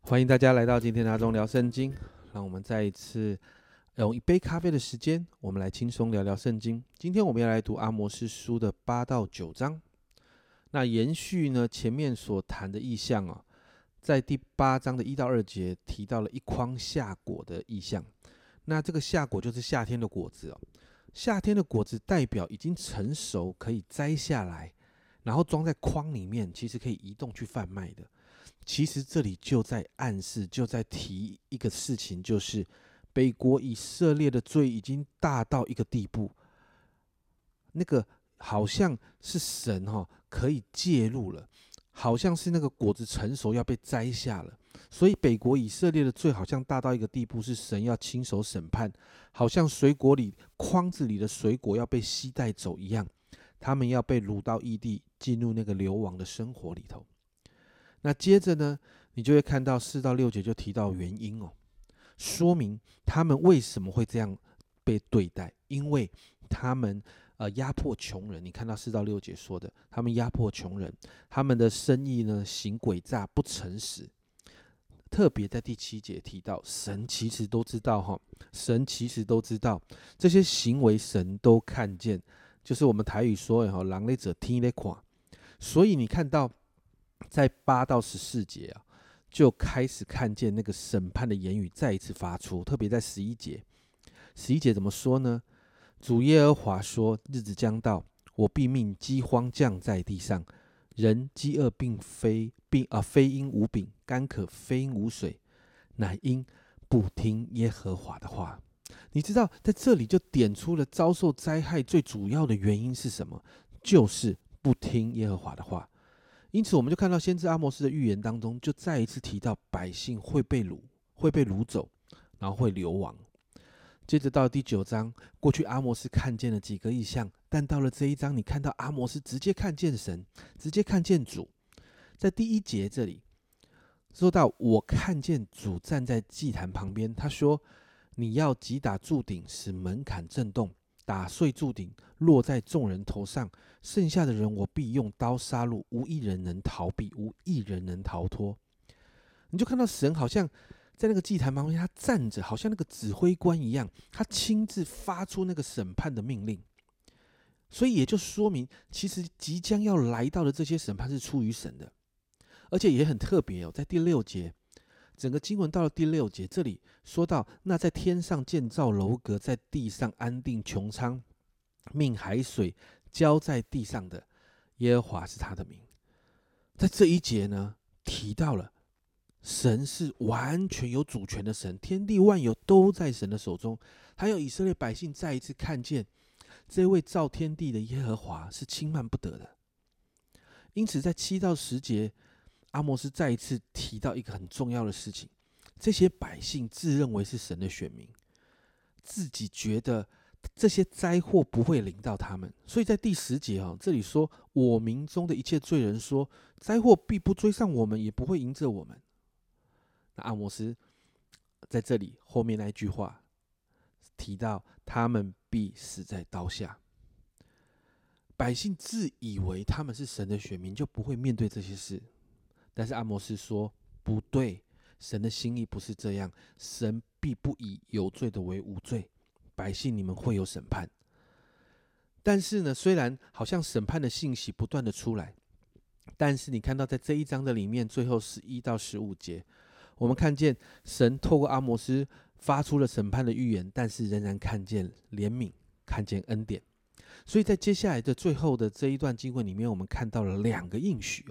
欢迎大家来到今天的阿忠聊圣经。让我们再一次用一杯咖啡的时间，我们来轻松聊聊圣经。今天我们要来读阿摩司书的8到9章。那延续呢前面所谈的意象啊，在第8章的1到2节提到了一筐夏果的意象。那这个夏果就是夏天的果子哦。夏天的果子代表已经成熟，可以摘下来，然后装在筐里面，其实可以移动去贩卖的。其实这里就在暗示，就在提一个事情，就是北国以色列的罪已经大到一个地步，那个好像是神可以介入了，好像是那个果子成熟要被摘下了，所以北国以色列的罪好像大到一个地步，是神要亲手审判，好像水果里筐子里的水果要被携带走一样，他们要被掳到异地，进入那个流亡的生活里头。那接着呢，你就会看到4到6节就提到原因哦，说明他们为什么会这样被对待，因为他们压迫穷人。你看到4到6节说的，他们压迫穷人，他们的生意呢行诡诈不诚实。特别在第7节提到，神其实都知道神其实都知道这些行为，神都看见，就是我们台语说的人在做天在看。所以你看到在8到14节啊，就开始看见那个审判的言语再一次发出，特别在11节。11节怎么说呢？主耶和华说：日子将到，我必命饥荒降在地上，人饥饿非因无饼，干渴非因无水，乃因不听耶和华的话。你知道在这里就点出了遭受灾害最主要的原因是什么？就是不听耶和华的话。因此我们就看到先知阿摩司的预言当中，就再一次提到百姓会被掳走，然后会流亡。接着到了第9章，过去阿摩司看见了几个异象，但到了这一章，你看到阿摩司直接看见神，直接看见主。在第1节这里说到，我看见主站在祭坛旁边，他说：你要击打柱顶，使门槛震动，打碎柱顶，落在众人头上，剩下的人我必用刀杀戮，无一人能逃避，无一人能逃脱。你就看到神好像在那个祭坛旁边，他站着，好像那个指挥官一样，他亲自发出那个审判的命令。所以也就说明，其实即将要来到的这些审判是出于神的。而且也很特别哦，在第6节，整个经文到了第6节，这里说到，那在天上建造楼阁，在地上安定穹苍，命海水浇在地上的耶和华是他的名。在这一节呢，提到了神是完全有主权的神，天地万有都在神的手中。还有以色列百姓再一次看见这位造天地的耶和华是轻慢不得的。因此在7到10节，阿摩司再一次提到一个很重要的事情，这些百姓自认为是神的选民，自己觉得这些灾祸不会临到他们，所以在第10节这里说，我民中的一切罪人说，灾祸必不追上我们，也不会迎着我们。那阿摩司在这里后面那一句话提到，他们必死在刀下。百姓自以为他们是神的选民，就不会面对这些事。但是阿摩司说不对，神的心意不是这样，神必不以有罪的为无罪，百姓你们会有审判。但是呢，虽然好像审判的信息不断的出来，但是你看到在这一章的里面，最后11到15节，我们看见神透过阿摩司发出了审判的预言，但是仍然看见怜悯，看见恩典。所以在接下来的最后的这一段经文里面，我们看到了2个应许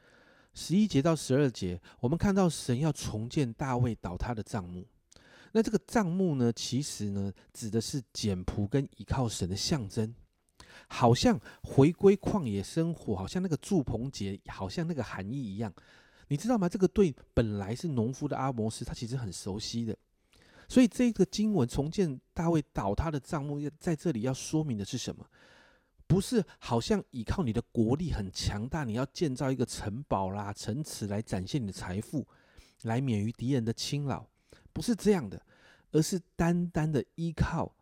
11节到12节，我们看到神要重建大卫倒塌的帐幕。那这个帐幕呢，其实呢，指的是简朴跟依靠神的象征，好像回归旷野生活，好像那个住棚节，好像那个含义一样。你知道吗？这个对本来是农夫的阿摩司，他其实很熟悉的。所以这个经文重建大卫倒塌的帐幕，在这里要说明的是什么？不是好像依靠你的国力很强大，你要建造一个城堡啦、城池来展现你的财富，来免于敌人的侵扰，不是这样的，而是单单的依靠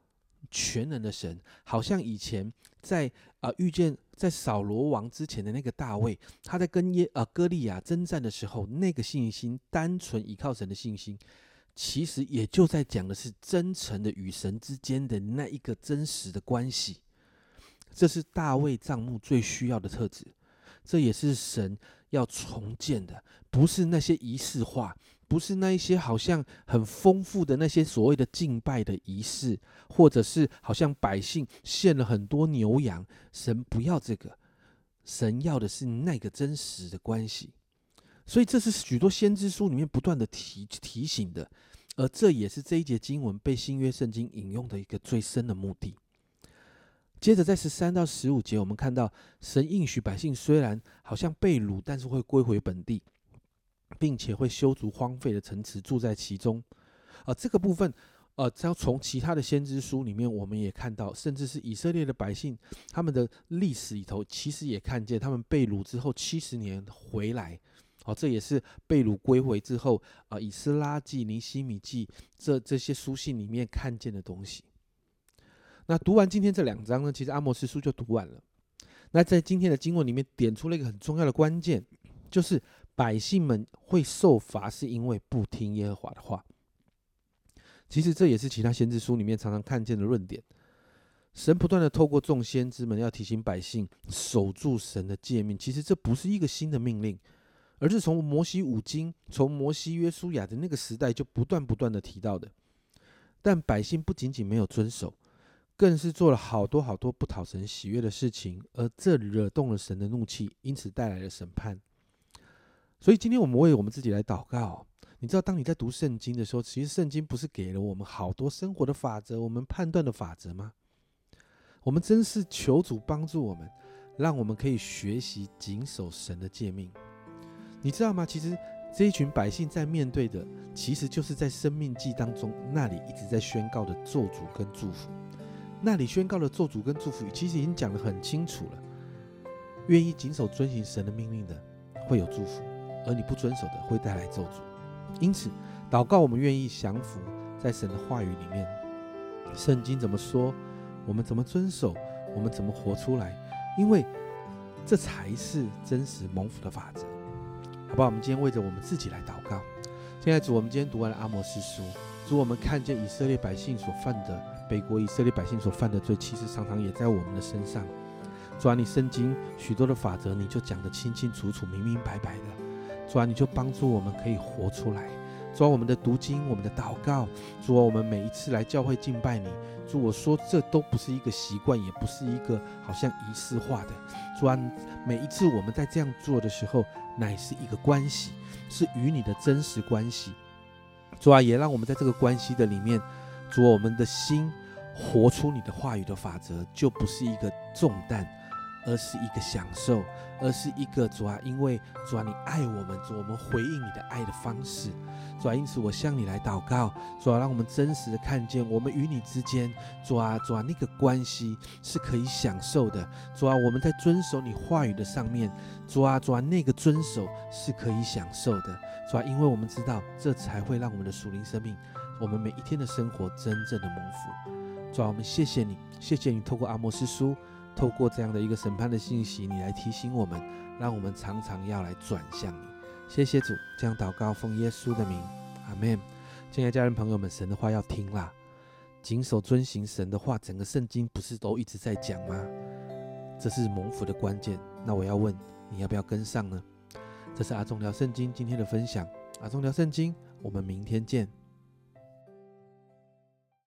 全能的神，好像以前在遇见在扫罗王之前的那个大卫，他在跟歌利亚征战的时候，那个信心，单纯依靠神的信心，其实也就在讲的是真诚的与神之间的那一个真实的关系。这是大卫帐幕最需要的特质，这也是神要重建的，不是那些仪式化，不是那一些好像很丰富的那些所谓的敬拜的仪式，或者是好像百姓献了很多牛羊，神不要这个，神要的是那个真实的关系。所以这是许多先知书里面不断的提醒的，而这也是这一节经文被新约圣经引用的一个最深的目的。接着在13到15节，我们看到神应许百姓虽然好像被掳，但是会归回本地，并且会修筑荒废的城池，住在其中。这个部分，从其他的先知书里面，我们也看到，甚至是以色列的百姓，他们的历史里头，其实也看见他们被掳之后70年回来。这也是被掳归回之后，以斯拉记、尼希米记这些书信里面看见的东西。那读完今天这2章呢，其实阿摩司书就读完了。那在今天的经文里面点出了一个很重要的关键，就是百姓们会受罚是因为不听耶和华的话。其实这也是其他先知书里面常常看见的论点。神不断的透过众先知们要提醒百姓守住神的诫命，其实这不是一个新的命令，而是从摩西五经，从摩西约书亚的那个时代就不断的提到的。但百姓不仅仅没有遵守，更是做了好多不讨神喜悦的事情，而这惹动了神的怒气，因此带来了审判。所以今天我们为我们自己来祷告。你知道当你在读圣经的时候，其实圣经不是给了我们好多生活的法则，我们判断的法则吗？我们真是求主帮助我们，让我们可以学习谨守神的诫命。你知道吗？其实这一群百姓在面对的，其实就是在生命记当中那里一直在宣告的咒诅跟祝福。那里宣告的咒诅跟祝福其实已经讲得很清楚了，愿意谨守遵行神的命令的会有祝福，而你不遵守的会带来咒诅。因此祷告我们愿意降服在神的话语里面，圣经怎么说我们怎么遵守，我们怎么活出来，因为这才是真实蒙福的法则。好不好？我们今天为着我们自己来祷告。现在主，我们今天读完了阿摩司书，主，我们看见以色列百姓所犯的北国以色列百姓所犯的罪，其实常常也在我们的身上。主啊，你圣经许多的法则，你就讲得清清楚楚、明明白白的。主啊，你就帮助我们可以活出来。主啊，我们的读经，我们的祷告，主啊，我们每一次来教会敬拜你，主，我说这都不是一个习惯，也不是一个好像仪式化的。主啊，每一次我们在这样做的时候，乃是一个关系，是与你的真实关系。主啊，也让我们在这个关系的里面，主啊，我们的心活出你的话语的法则，就不是一个重担，而是一个享受，而是一个主啊，因为主啊，你爱我们，主啊，我们回应你的爱的方式。主啊，因此我向你来祷告，主啊，让我们真实的看见我们与你之间，主啊，那个关系是可以享受的。主啊，我们在遵守你话语的上面，主啊，那个遵守是可以享受的。主啊，因为我们知道这才会让我们的属灵生命，我们每一天的生活真正的蒙福。主啊，我们谢谢你，谢谢你透过阿摩司书，透过这样的一个审判的信息，你来提醒我们，让我们常常要来转向你。谢谢主，这样祷告奉耶稣的名，阿们。亲爱的家人朋友们，神的话要听啦，谨守遵行神的话，整个圣经不是都一直在讲吗？这是蒙福的关键。那我要问，你要不要跟上呢？这是阿忠聊圣经今天的分享，阿忠聊圣经，我们明天见。